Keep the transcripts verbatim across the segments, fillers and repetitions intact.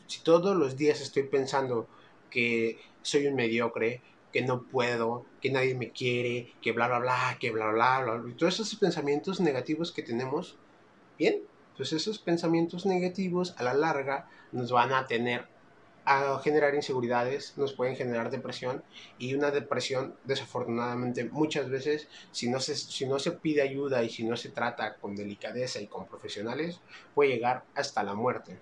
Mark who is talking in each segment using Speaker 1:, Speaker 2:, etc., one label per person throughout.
Speaker 1: Si todos los días estoy pensando que soy un mediocre, que no puedo, que nadie me quiere, que bla, bla, bla, que bla, bla, bla, bla, y todos esos pensamientos negativos que tenemos, bien, pues esos pensamientos negativos a la larga nos van a tener a generar inseguridades, nos pueden generar depresión, y una depresión desafortunadamente muchas veces, si no se, si no se pide ayuda y si no se trata con delicadeza y con profesionales, puede llegar hasta la muerte.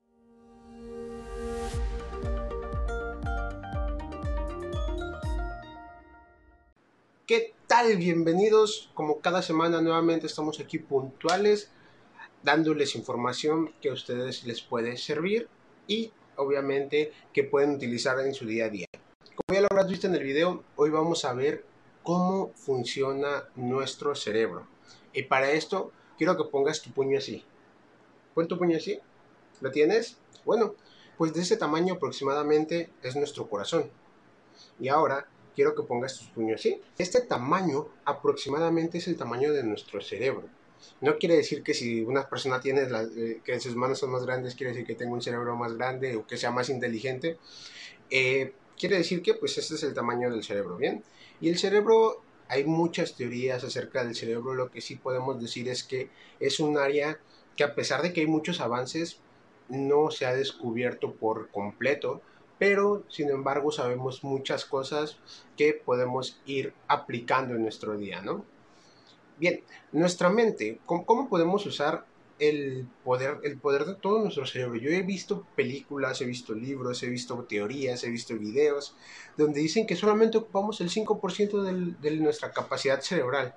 Speaker 1: ¿Qué tal? Bienvenidos. Como cada semana nuevamente estamos aquí puntuales, dándoles información que a ustedes les puede servir y obviamente que pueden utilizar en su día a día. Como ya lo habrás visto en el video, hoy vamos a ver cómo funciona nuestro cerebro. Y para esto quiero que pongas tu puño así. Pon tu puño así. ¿Lo tienes? Bueno, pues de ese tamaño aproximadamente es nuestro corazón. Y ahora quiero que pongas tus puños así. Este tamaño aproximadamente es el tamaño de nuestro cerebro. No quiere decir que si una persona tiene la, eh, que sus manos son más grandes, quiere decir que tenga un cerebro más grande o que sea más inteligente. Eh, quiere decir que pues este es el tamaño del cerebro, ¿bien? Y el cerebro, hay muchas teorías acerca del cerebro. Lo que sí podemos decir es que es un área que, a pesar de que hay muchos avances, no se ha descubierto por completo, pero sin embargo sabemos muchas cosas que podemos ir aplicando en nuestro día, ¿no? Bien, nuestra mente, ¿cómo, cómo podemos usar el poder, el poder de todo nuestro cerebro? Yo he visto películas, he visto libros, he visto teorías, he visto videos donde dicen que solamente ocupamos el cinco por ciento del, de nuestra capacidad cerebral.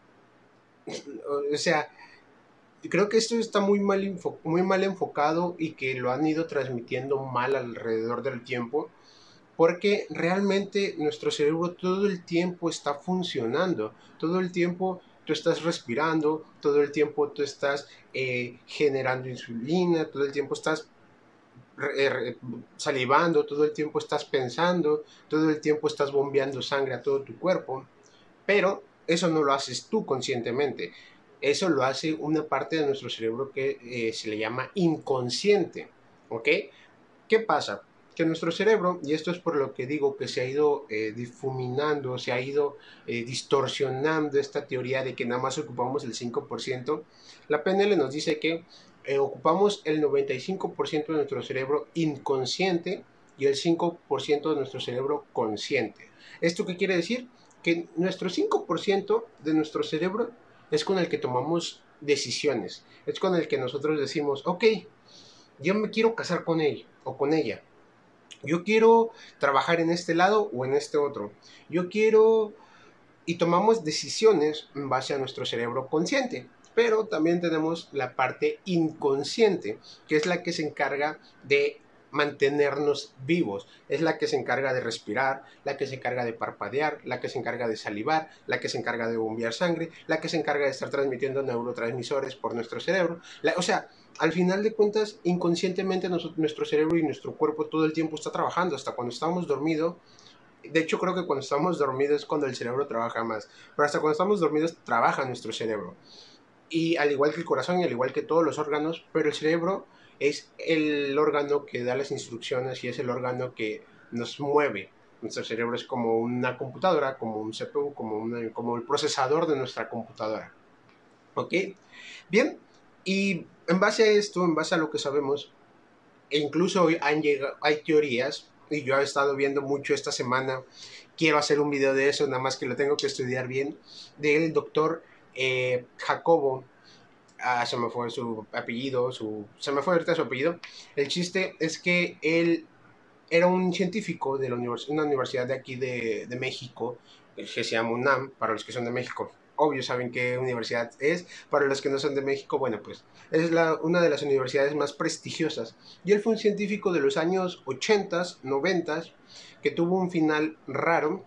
Speaker 1: O sea, creo que esto está muy mal, info, muy mal enfocado, y que lo han ido transmitiendo mal alrededor del tiempo, porque realmente nuestro cerebro todo el tiempo está funcionando, todo el tiempo tú estás respirando, todo el tiempo tú estás eh, generando insulina, todo el tiempo estás eh, salivando, todo el tiempo estás pensando, todo el tiempo estás bombeando sangre a todo tu cuerpo, pero eso no lo haces tú conscientemente. Eso lo hace una parte de nuestro cerebro que eh, se le llama inconsciente, ¿ok? ¿Qué pasa? Que nuestro cerebro, y esto es por lo que digo que se ha ido eh, difuminando, se ha ido eh, distorsionando esta teoría de que nada más ocupamos el cinco por ciento, la P N L nos dice que eh, ocupamos el noventa y cinco por ciento de nuestro cerebro inconsciente y el cinco por ciento de nuestro cerebro consciente. ¿Esto qué quiere decir? Que nuestro cinco por ciento de nuestro cerebro es con el que tomamos decisiones, es con el que nosotros decimos, ok, yo me quiero casar con él o con ella, yo quiero trabajar en este lado o en este otro, yo quiero, y tomamos decisiones en base a nuestro cerebro consciente. Pero también tenemos la parte inconsciente, que es la que se encarga de mantenernos vivos, es la que se encarga de respirar, la que se encarga de parpadear, la que se encarga de salivar, la que se encarga de bombear sangre, la que se encarga de estar transmitiendo neurotransmisores por nuestro cerebro. La, o sea, al final de cuentas, inconscientemente nosotros, nuestro cerebro y nuestro cuerpo todo el tiempo está trabajando, hasta cuando estamos dormidos. De hecho, creo que cuando estamos dormidos es cuando el cerebro trabaja más, pero hasta cuando estamos dormidos trabaja nuestro cerebro. Y al igual que el corazón y al igual que todos los órganos, pero el cerebro es el órgano que da las instrucciones y es el órgano que nos mueve. Nuestro cerebro es como una computadora, como un C P U, como, una, como el procesador de nuestra computadora. ¿Ok? Bien, y en base a esto, en base a lo que sabemos, e incluso hoy han llegado, hay teorías, y yo he estado viendo mucho esta semana, quiero hacer un video de eso, nada más que lo tengo que estudiar bien, del doctor eh, Jacobo, ah, se me fue su apellido, su, se me fue ahorita su apellido. El chiste es que él era un científico de la univers una universidad de aquí de, de México, que se llama UNAM, para los que son de México. Obvio saben qué universidad es. Para los que no son de México, bueno, pues es la, una de las universidades más prestigiosas. Y él fue un científico de los años ochenta, noventa, que tuvo un final raro,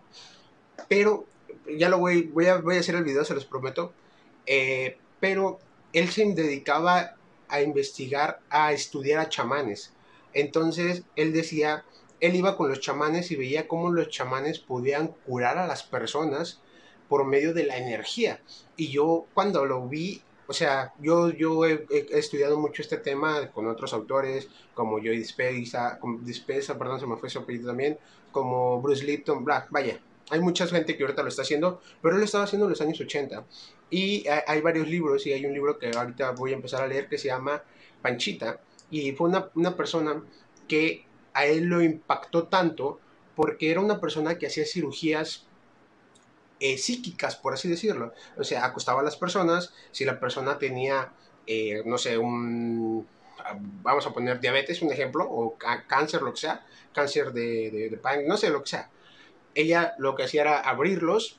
Speaker 1: pero ya lo voy, voy, a, voy a hacer el video, se los prometo. Eh, pero él se dedicaba a investigar, a estudiar a chamanes. Entonces él decía, él iba con los chamanes y veía cómo los chamanes podían curar a las personas por medio de la energía. Y yo cuando lo vi, o sea, yo, yo he, he estudiado mucho este tema con otros autores, como Joe Dispenza, como Dispenza, perdón, se me fue su apellido también, como Bruce Lipton, bla, vaya. Hay mucha gente que ahorita lo está haciendo, pero él lo estaba haciendo en los años ochenta. Y hay, hay varios libros, y hay un libro que ahorita voy a empezar a leer que se llama Panchita, y fue una, una persona que a él lo impactó tanto porque era una persona que hacía cirugías eh, psíquicas, por así decirlo. O sea, acostaba a las personas, si la persona tenía, eh, no sé, un, vamos a poner diabetes, un ejemplo, o cáncer, lo que sea, cáncer de, de, de páncreas, no sé, lo que sea. Ella lo que hacía era abrirlos,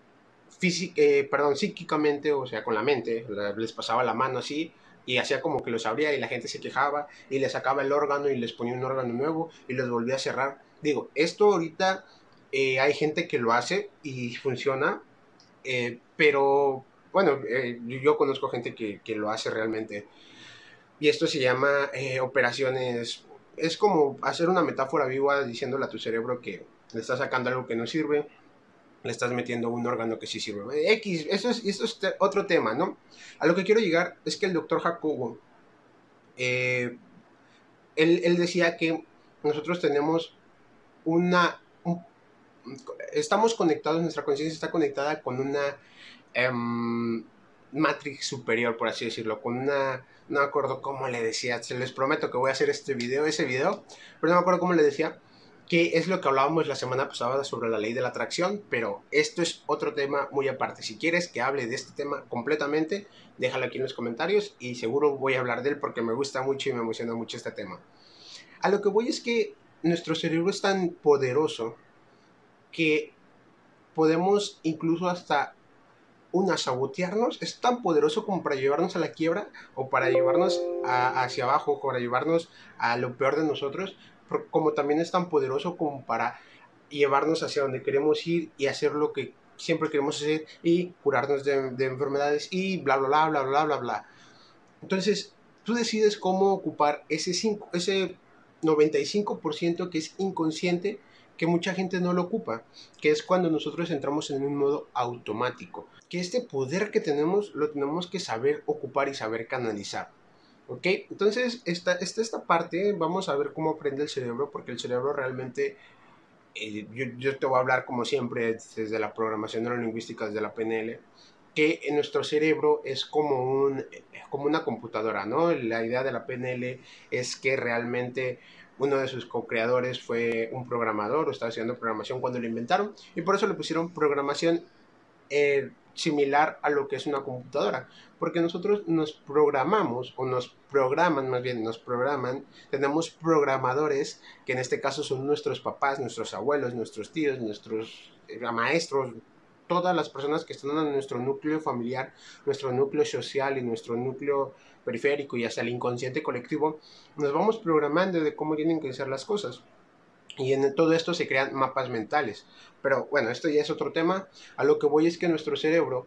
Speaker 1: eh, perdón, psíquicamente, o sea, con la mente, la, les pasaba la mano así, y hacía como que los abría y la gente se quejaba y le sacaba el órgano y les ponía un órgano nuevo y los volvía a cerrar. Digo, esto ahorita eh, hay gente que lo hace y funciona, eh, pero bueno, eh, yo conozco gente que, que, lo hace realmente. Y esto se llama eh, operaciones. Es como hacer una metáfora viva diciéndole a tu cerebro que le estás sacando algo que no sirve, le estás metiendo un órgano que sí sirve. X, eso es, eso es otro tema, ¿no? A lo que quiero llegar es que el doctor Jacobo, eh, él, él decía que nosotros tenemos una. Un, estamos conectados, nuestra conciencia está conectada con una um, Matrix superior, por así decirlo, con una, no me acuerdo cómo le decía, se les prometo que voy a hacer este video, ese video, pero no me acuerdo cómo le decía, que es lo que hablábamos la semana pasada sobre la ley de la atracción, pero esto es otro tema muy aparte. Si quieres que hable de este tema completamente, déjalo aquí en los comentarios y seguro voy a hablar de él porque me gusta mucho y me emociona mucho este tema. A lo que voy es que nuestro cerebro es tan poderoso que podemos incluso hasta una sabotearnos, es tan poderoso como para llevarnos a la quiebra o para llevarnos a, hacia abajo, o para llevarnos a lo peor de nosotros, como también es tan poderoso como para llevarnos hacia donde queremos ir y hacer lo que siempre queremos hacer y curarnos de, de enfermedades y bla bla bla bla bla bla bla. Entonces tú decides cómo ocupar ese, cinco, ese noventa y cinco por ciento que es inconsciente, que mucha gente no lo ocupa, que es cuando nosotros entramos en un modo automático, que este poder que tenemos lo tenemos que saber ocupar y saber canalizar. ¿Ok? Entonces, esta, esta, esta parte, vamos a ver cómo aprende el cerebro, porque el cerebro realmente, eh, yo, yo te voy a hablar como siempre desde la programación neurolingüística, desde la P N L, que en nuestro cerebro es como, un, como una computadora, ¿no? La idea de la P N L es que realmente uno de sus co-creadores fue un programador o estaba haciendo programación cuando lo inventaron y por eso le pusieron programación eh, similar a lo que es una computadora, porque nosotros nos programamos o nos programan, más bien nos programan, tenemos programadores que en este caso son nuestros papás, nuestros abuelos, nuestros tíos, nuestros eh, maestros, todas las personas que están en nuestro núcleo familiar, nuestro núcleo social y nuestro núcleo periférico y hasta el inconsciente colectivo, nos vamos programando de cómo tienen que ser las cosas. Y en todo esto se crean mapas mentales. Pero bueno, esto ya es otro tema. A lo que voy es que nuestro cerebro,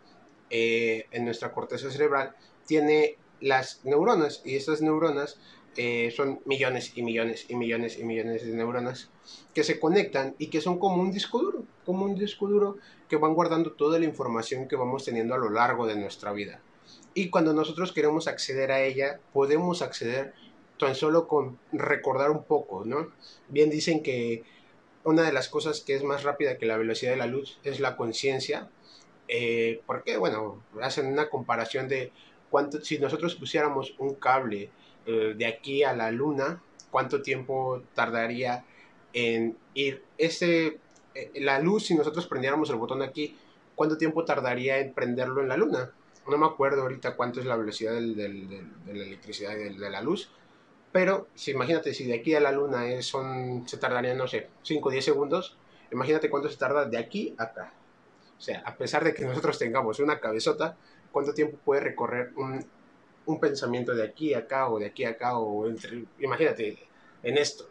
Speaker 1: eh, en nuestra corteza cerebral, tiene las neuronas. Y estas neuronas eh, son millones y millones y millones y millones de neuronas que se conectan y que son como un disco duro. Como un disco duro que van guardando toda la información que vamos teniendo a lo largo de nuestra vida. Y cuando nosotros queremos acceder a ella, podemos acceder tan solo con recordar un poco, ¿no? Bien dicen que una de las cosas que es más rápida que la velocidad de la luz es la conciencia, eh, porque, bueno, hacen una comparación de cuánto, si nosotros pusiéramos un cable eh, de aquí a la luna, cuánto tiempo tardaría en ir ese, eh, la luz, si nosotros prendiéramos el botón aquí, cuánto tiempo tardaría en prenderlo en la luna. No me acuerdo ahorita cuánto es la velocidad del, del, del, de la electricidad y de, de la luz, pero si imagínate, si de aquí a la luna es, son, se tardaría, no sé, cinco o diez segundos, imagínate cuánto se tarda de aquí a acá. O sea, a pesar de que nosotros tengamos una cabezota, ¿cuánto tiempo puede recorrer un, un pensamiento de aquí a acá o de aquí a acá o entre, imagínate, en esto?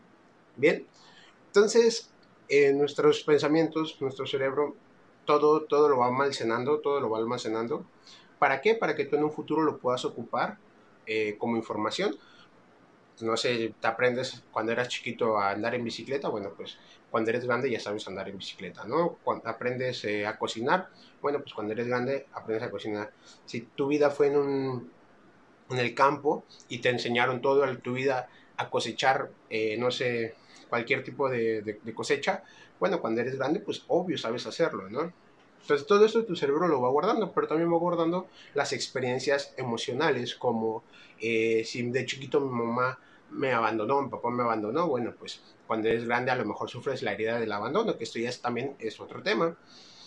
Speaker 1: Bien, entonces, eh, nuestros pensamientos, nuestro cerebro, todo, todo lo va almacenando, todo lo va almacenando. ¿Para qué? Para que tú en un futuro lo puedas ocupar eh, como información. no sé, te aprendes cuando eras chiquito a andar en bicicleta, bueno, pues cuando eres grande ya sabes andar en bicicleta, ¿no? Cuando aprendes eh, a cocinar, bueno, pues cuando eres grande aprendes a cocinar. Si tu vida fue en un en el campo y te enseñaron toda tu vida a cosechar, eh, no sé, cualquier tipo de, de, de, cosecha, bueno, cuando eres grande, pues obvio sabes hacerlo, ¿no? Entonces todo esto tu cerebro lo va guardando, pero también va guardando las experiencias emocionales, como eh, si de chiquito mi mamá me abandonó, mi papá me abandonó, bueno, pues cuando eres grande a lo mejor sufres la herida del abandono, que esto ya es, también es otro tema.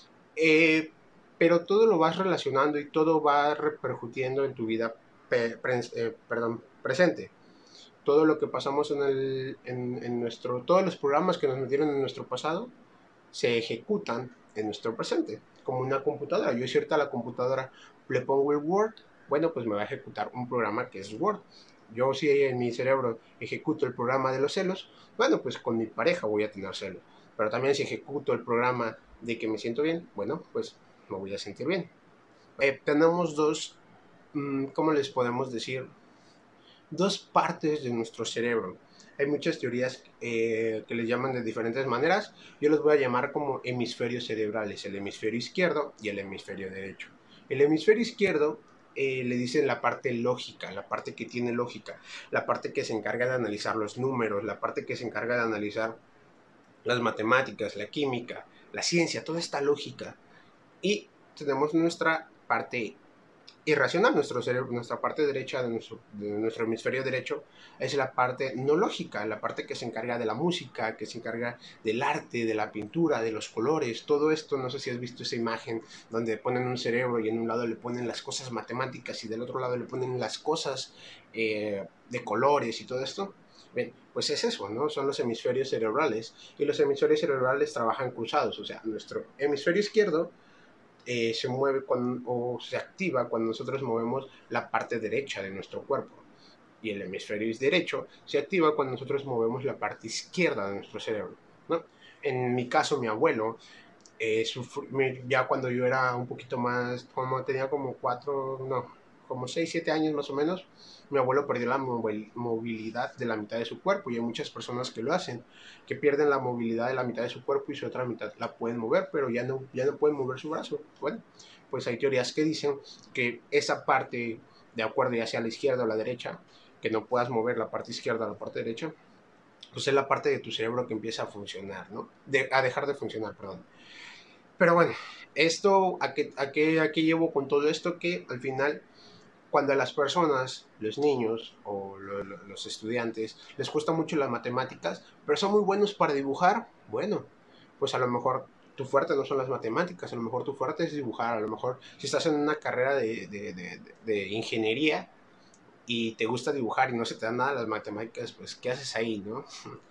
Speaker 1: Eh, pero todo lo vas relacionando y todo va repercutiendo en tu vida pe pre eh, perdón, presente. Todo lo que pasamos en, el, en, en nuestro, todos los programas que nos metieron en nuestro pasado se ejecutan en nuestro presente, como una computadora. Yo cierta a la computadora le pongo el Word, bueno, pues me va a ejecutar un programa que es Word. Yo si en mi cerebro ejecuto el programa de los celos, bueno, pues con mi pareja voy a tener celos. Pero también si ejecuto el programa de que me siento bien, bueno, pues me voy a sentir bien. Eh, tenemos dos, mmm, ¿cómo les podemos decir? Dos partes de nuestro cerebro. Hay muchas teorías eh, que les llaman de diferentes maneras. Yo los voy a llamar como hemisferios cerebrales, el hemisferio izquierdo y el hemisferio derecho. El hemisferio izquierdo eh, le dicen la parte lógica, la parte que tiene lógica, la parte que se encarga de analizar los números, la parte que se encarga de analizar las matemáticas, la química, la ciencia, toda esta lógica. Y tenemos nuestra parte irracional, nuestro cerebro, nuestra parte derecha de nuestro, de nuestro hemisferio derecho es la parte no lógica, la parte que se encarga de la música, que se encarga del arte, de la pintura, de los colores, todo esto. No sé si has visto esa imagen donde ponen un cerebro y en un lado le ponen las cosas matemáticas y del otro lado le ponen las cosas eh, de colores y todo esto. Bien, pues es eso, ¿no? Son los hemisferios cerebrales y los hemisferios cerebrales trabajan cruzados, o sea, nuestro hemisferio izquierdo eh, se mueve cuando, o se activa cuando nosotros movemos la parte derecha de nuestro cuerpo. Y el hemisferio derecho se activa cuando nosotros movemos la parte izquierda de nuestro cerebro, ¿no? En mi caso, mi abuelo, eh, ya cuando yo era un poquito más, como tenía como cuatro, no, como seis, siete años más o menos, mi abuelo perdió la movilidad de la mitad de su cuerpo y hay muchas personas que lo hacen, que pierden la movilidad de la mitad de su cuerpo y su otra mitad la pueden mover, pero ya no, ya no pueden mover su brazo. Bueno, pues hay teorías que dicen que esa parte, de acuerdo ya sea a la izquierda o a la derecha, que no puedas mover la parte izquierda o la parte derecha, pues es la parte de tu cerebro que empieza a funcionar, ¿no? De, a dejar de funcionar, perdón. Pero bueno, esto, ¿a qué, a, qué, ¿a qué llevo con todo esto? Que al final, cuando a las personas, los niños o lo, lo, los estudiantes, les cuesta mucho las matemáticas, pero son muy buenos para dibujar, bueno, pues a lo mejor tu fuerte no son las matemáticas, a lo mejor tu fuerte es dibujar, a lo mejor si estás en una carrera de, de, de, de ingeniería y te gusta dibujar y no se te dan nada las matemáticas, pues ¿qué haces ahí, no?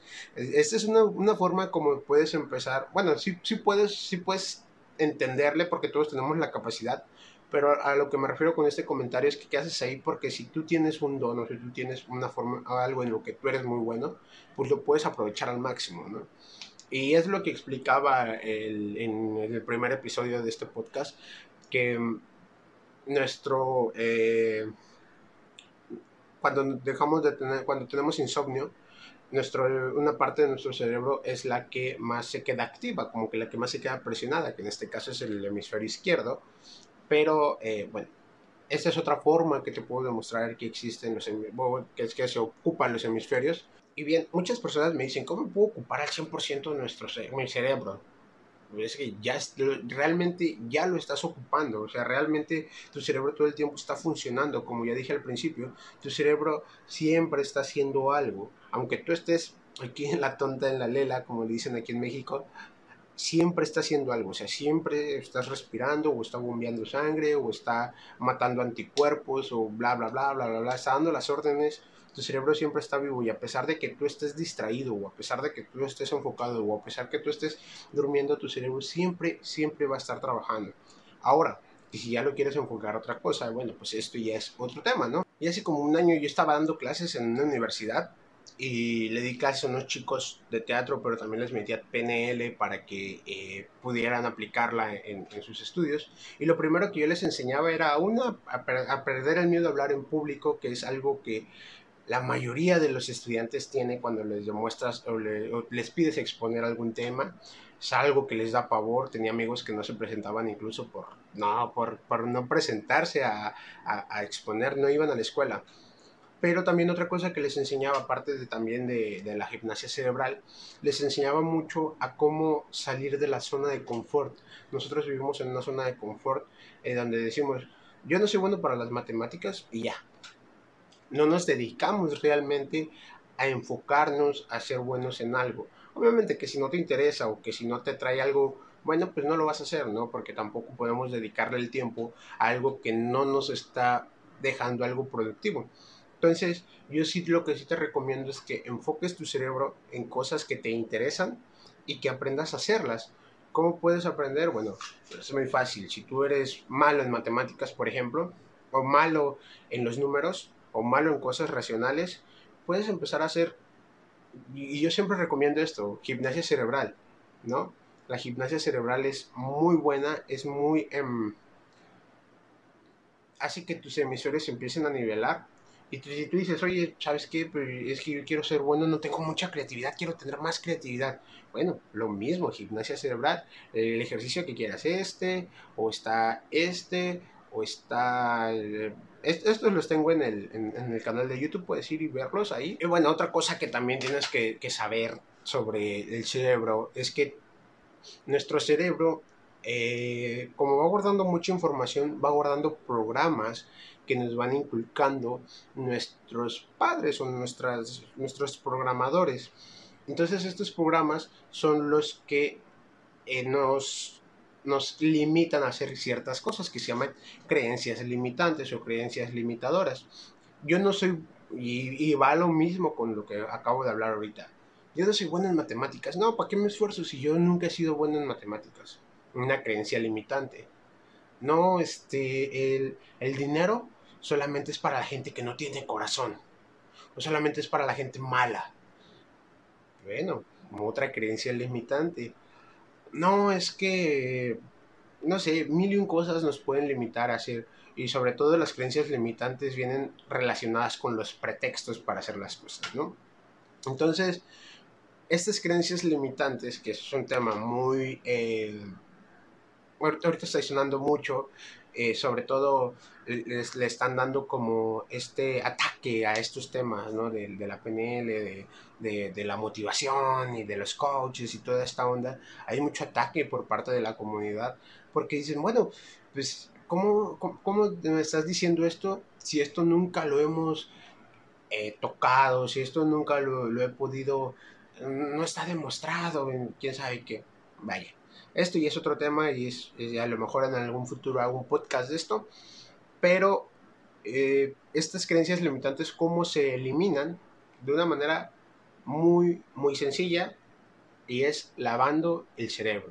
Speaker 1: Esta es una, una forma como puedes empezar, bueno, sí, sí, puedes, sí puedes entenderle porque todos tenemos la capacidad, pero a lo que me refiero con este comentario es que ¿qué haces ahí? Porque si tú tienes un don o si tú tienes una forma, algo en lo que tú eres muy bueno, pues lo puedes aprovechar al máximo, ¿no? Y es lo que explicaba el, en el primer episodio de este podcast, que nuestro... Eh, cuando dejamos de tener, cuando tenemos insomnio, nuestro, una parte de nuestro cerebro es la que más se queda activa, como que la que más se queda presionada, que en este caso es el hemisferio izquierdo. Pero eh, bueno, esta es otra forma que te puedo demostrar que existen los que es que se ocupan los hemisferios. Y bien, muchas personas me dicen, ¿cómo puedo ocupar al cien por ciento nuestro mi cerebro? Es que ya realmente ya lo estás ocupando, o sea, realmente tu cerebro todo el tiempo está funcionando, como ya dije al principio, tu cerebro siempre está haciendo algo, aunque tú estés aquí en la tonta, en la lela, como le dicen aquí en México, siempre está haciendo algo, o sea, siempre estás respirando o está bombeando sangre o está matando anticuerpos o bla, bla, bla, bla, bla, bla, está dando las órdenes. Tu cerebro siempre está vivo y a pesar de que tú estés distraído o a pesar de que tú estés enfocado o a pesar de que tú estés durmiendo, tu cerebro siempre, siempre va a estar trabajando. Ahora, y si ya lo quieres enfocar a otra cosa, bueno, pues esto ya es otro tema, ¿no? Y hace como un año yo estaba dando clases en una universidad y le di clases a unos chicos de teatro, pero también les metía P N L para que eh, pudieran aplicarla en, en, sus estudios. Y lo primero que yo les enseñaba era, una, a, per a perder el miedo a hablar en público, que es algo que la mayoría de los estudiantes tiene cuando les demuestras o, le, o les pides exponer algún tema. Es algo que les da pavor. Tenía amigos que no se presentaban incluso por no, por, por no presentarse a, a, a exponer, no iban a la escuela. Pero también otra cosa que les enseñaba, aparte de también de, de la gimnasia cerebral, les enseñaba mucho a cómo salir de la zona de confort. Nosotros vivimos en una zona de confort eh, donde decimos, yo no soy bueno para las matemáticas y ya. No nos dedicamos realmente a enfocarnos a ser buenos en algo. Obviamente que si no te interesa o que si no te trae algo, bueno, pues no lo vas a hacer, ¿no? Porque tampoco podemos dedicarle el tiempo a algo que no nos está dejando algo productivo. Entonces, yo sí lo que sí te recomiendo es que enfoques tu cerebro en cosas que te interesan y que aprendas a hacerlas. ¿Cómo puedes aprender? Bueno, es muy fácil. Si tú eres malo en matemáticas, por ejemplo, o malo en los números, o malo en cosas racionales, puedes empezar a hacer, y yo siempre recomiendo esto, gimnasia cerebral, ¿no? La gimnasia cerebral es muy buena, es muy... Eh, hace que tus emisores empiecen a nivelar. Y tú, si tú dices, oye, ¿sabes qué? Pues es que yo quiero ser bueno, no tengo mucha creatividad, quiero tener más creatividad. Bueno, lo mismo, gimnasia cerebral. El ejercicio que quieras, este, o está este, o está... Eh, estos los tengo en el, en, en el canal de YouTube, puedes ir y verlos ahí. Y bueno, otra cosa que también tienes que, que saber sobre el cerebro es que nuestro cerebro, eh, como va guardando mucha información, va guardando programas que nos van inculcando nuestros padres o nuestras, nuestros programadores. Entonces estos programas son los que eh, nos, nos limitan a hacer ciertas cosas que se llaman creencias limitantes o creencias limitadoras. Yo no soy, y, y va lo mismo con lo que acabo de hablar ahorita. Yo no soy bueno en matemáticas. No, ¿para qué me esfuerzo si yo nunca he sido bueno en matemáticas? Una creencia limitante. No, este, el, el dinero solamente es para la gente que no tiene corazón. O solamente es para la gente mala. Bueno, otra creencia limitante. No, es que, no sé, mil y un cosas nos pueden limitar a hacer. Y sobre todo las creencias limitantes vienen relacionadas con los pretextos para hacer las cosas, ¿no? Entonces, estas creencias limitantes, que es un tema muy... Eh, ahorita está sonando mucho, eh, sobre todo les, le están dando como este ataque a estos temas, ¿no? De, de la P N L, de, de, de la motivación y de los coaches y toda esta onda. Hay mucho ataque por parte de la comunidad porque dicen, bueno, pues, ¿cómo, cómo, cómo me estás diciendo esto si esto nunca lo hemos eh, tocado, si esto nunca lo, lo he podido, no está demostrado, quién sabe qué? Vaya, esto ya es otro tema y es, es, a lo mejor en algún futuro hago un podcast de esto, pero eh, estas creencias limitantes, ¿cómo se eliminan? De una manera muy, muy sencilla, y es lavando el cerebro.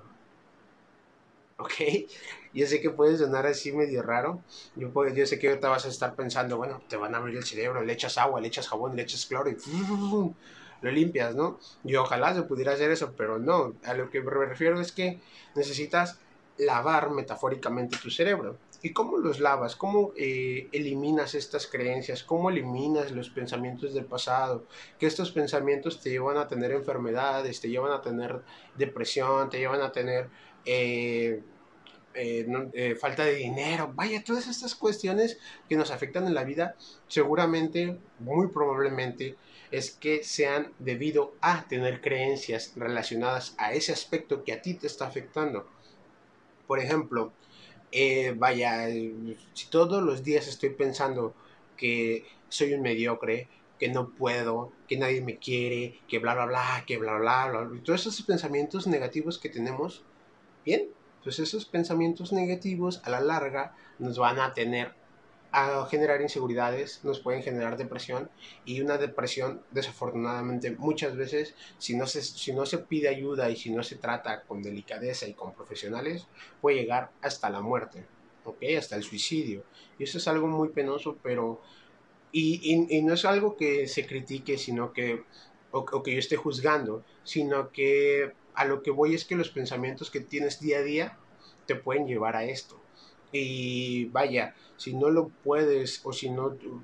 Speaker 1: ¿Ok? Yo sé que puede sonar así medio raro. Yo, puedo, yo sé que ahorita vas a estar pensando, bueno, te van a abrir el cerebro, le echas agua, le echas jabón, le echas cloro y lo limpias, ¿no? Y ojalá se pudiera hacer eso, pero no. A lo que me refiero es que necesitas lavar metafóricamente tu cerebro. ¿Y cómo los lavas? ¿Cómo eh, eliminas estas creencias? ¿Cómo eliminas los pensamientos del pasado? Que estos pensamientos te llevan a tener enfermedades, te llevan a tener depresión, te llevan a tener... Eh, eh, no, eh, falta de dinero, vaya, todas estas cuestiones que nos afectan en la vida, seguramente, muy probablemente, es que sean debido a tener creencias relacionadas a ese aspecto que a ti te está afectando. Por ejemplo, eh, vaya, si todos los días estoy pensando que soy un mediocre, que no puedo, que nadie me quiere, que bla, bla, bla, que bla, bla, bla, bla, todos esos pensamientos negativos que tenemos, bien, pues esos pensamientos negativos a la larga nos van a tener a generar inseguridades, nos pueden generar depresión, y una depresión desafortunadamente muchas veces si no se, si no se pide ayuda y si no se trata con delicadeza y con profesionales puede llegar hasta la muerte, ¿ok? Hasta el suicidio, y eso es algo muy penoso, pero y, y, y no es algo que se critique, sino que o, o que yo esté juzgando, sino que a lo que voy es que los pensamientos que tienes día a día te pueden llevar a esto. Y vaya, si no lo puedes o si no,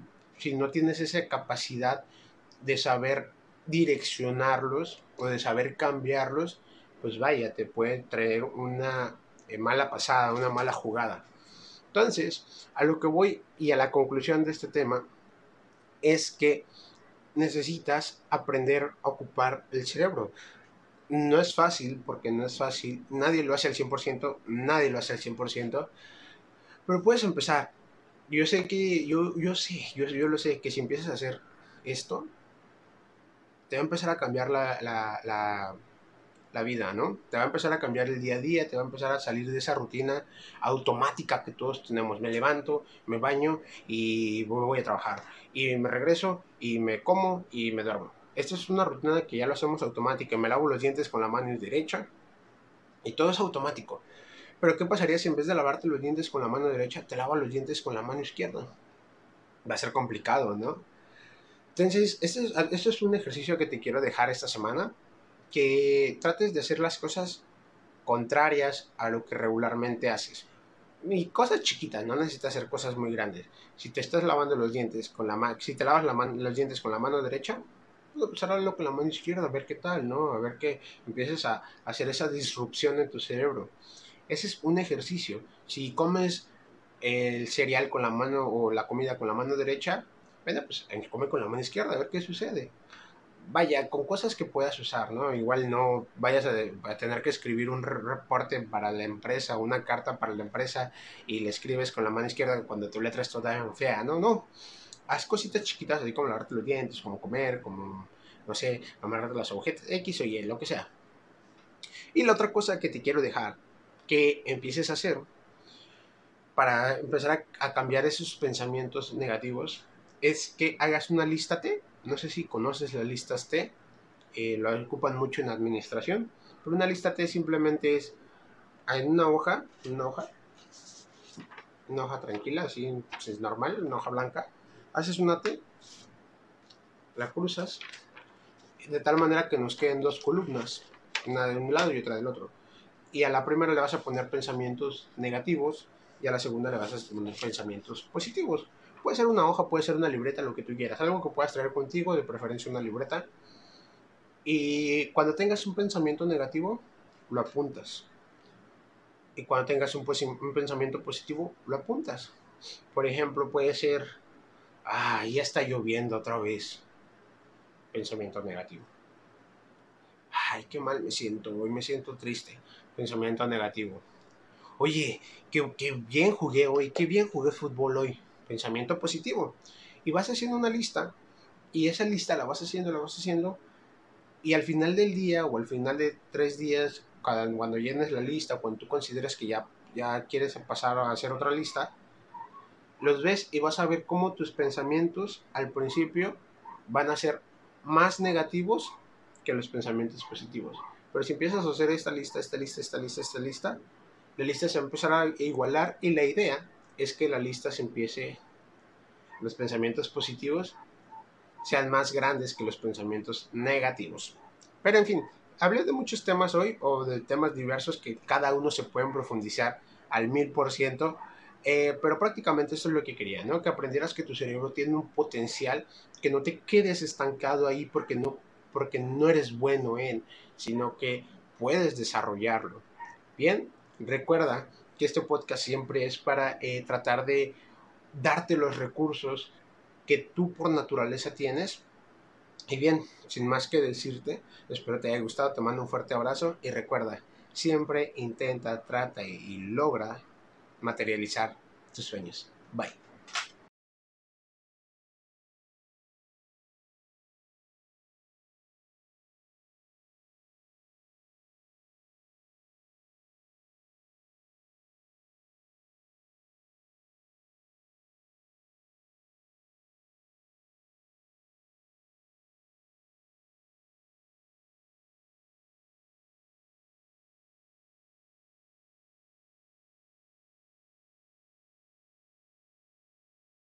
Speaker 1: si no tienes esa capacidad de saber direccionarlos o de saber cambiarlos, pues vaya, te puede traer una eh, mala pasada, una mala jugada. Entonces, a lo que voy y a la conclusión de este tema es que necesitas aprender a ocupar el cerebro. No es fácil, porque no es fácil, nadie lo hace al cien por ciento, nadie lo hace al cien por ciento, pero puedes empezar. Yo sé que, yo, yo sé, yo, yo lo sé, que si empiezas a hacer esto, te va a empezar a cambiar la, la, la, la vida, ¿no? Te va a empezar a cambiar el día a día, te va a empezar a salir de esa rutina automática que todos tenemos. Me levanto, me baño y voy a trabajar. Y me regreso y me como y me duermo. Esta es una rutina que ya lo hacemos automática. Me lavo los dientes con la mano derecha y todo es automático. Pero ¿qué pasaría si en vez de lavarte los dientes con la mano derecha, te lavas los dientes con la mano izquierda? Va a ser complicado, ¿no? Entonces, esto es, esto es un ejercicio que te quiero dejar esta semana, que trates de hacer las cosas contrarias a lo que regularmente haces. Y cosas chiquitas, no necesitas hacer cosas muy grandes. Si te estás lavando los dientes con la mano, si te lavas la man los dientes con la mano derecha, pues observarlo con la mano izquierda, a ver qué tal, ¿no? A ver que empieces a hacer esa disrupción en tu cerebro. Ese es un ejercicio. Si comes el cereal con la mano o la comida con la mano derecha, bueno, pues come con la mano izquierda, a ver qué sucede. Vaya, con cosas que puedas usar, ¿no? Igual no vayas a, a tener que escribir un reporte para la empresa, una carta para la empresa y le escribes con la mano izquierda cuando tu letra es toda fea, no, no. Haz cositas chiquitas, así como lavarte los dientes, como comer, como, no sé, amarrarte las agujetas, X o Y, lo que sea. Y la otra cosa que te quiero dejar, que empieces a hacer para empezar a, a cambiar esos pensamientos negativos, es que hagas una lista T. No sé si conoces las listas T, eh, lo ocupan mucho en administración, pero una lista T simplemente es en una hoja, una hoja, una hoja tranquila, así pues es normal, una hoja blanca, haces una T, la cruzas, de tal manera que nos queden dos columnas, una de un lado y otra del otro. Y a la primera le vas a poner pensamientos negativos y a la segunda le vas a poner pensamientos positivos. Puede ser una hoja, puede ser una libreta, lo que tú quieras, algo que puedas traer contigo, de preferencia una libreta. Y cuando tengas un pensamiento negativo, lo apuntas. Y cuando tengas un, un pensamiento positivo, lo apuntas. Por ejemplo, puede ser, ah, ya está lloviendo otra vez. Pensamiento negativo. Ay, qué mal me siento, hoy me siento triste. Pensamiento negativo. Oye, qué, qué bien jugué hoy, qué bien jugué fútbol hoy. Pensamiento positivo. Y vas haciendo una lista, y esa lista la vas haciendo, la vas haciendo, y al final del día o al final de tres días, cuando llenes la lista, cuando tú consideres que ya, ya quieres pasar a hacer otra lista, los ves y vas a ver cómo tus pensamientos al principio van a ser más negativos que los pensamientos positivos. Pero si empiezas a hacer esta lista, esta lista, esta lista, esta lista, la lista se va a empezar a igualar y la idea es que la lista se empiece, los pensamientos positivos sean más grandes que los pensamientos negativos. Pero en fin, hablé de muchos temas hoy, o de temas diversos que cada uno se pueden profundizar al mil por ciento, eh, pero prácticamente eso es lo que quería, ¿no? Que aprendieras que tu cerebro tiene un potencial, que no te quedes estancado ahí porque no, porque no eres bueno en, sino que puedes desarrollarlo. Bien, recuerda que este podcast siempre es para eh, tratar de darte los recursos que tú por naturaleza tienes. Y bien, sin más que decirte, espero te haya gustado, te mando un fuerte abrazo y recuerda, siempre intenta, trata y logra materializar tus sueños. Bye.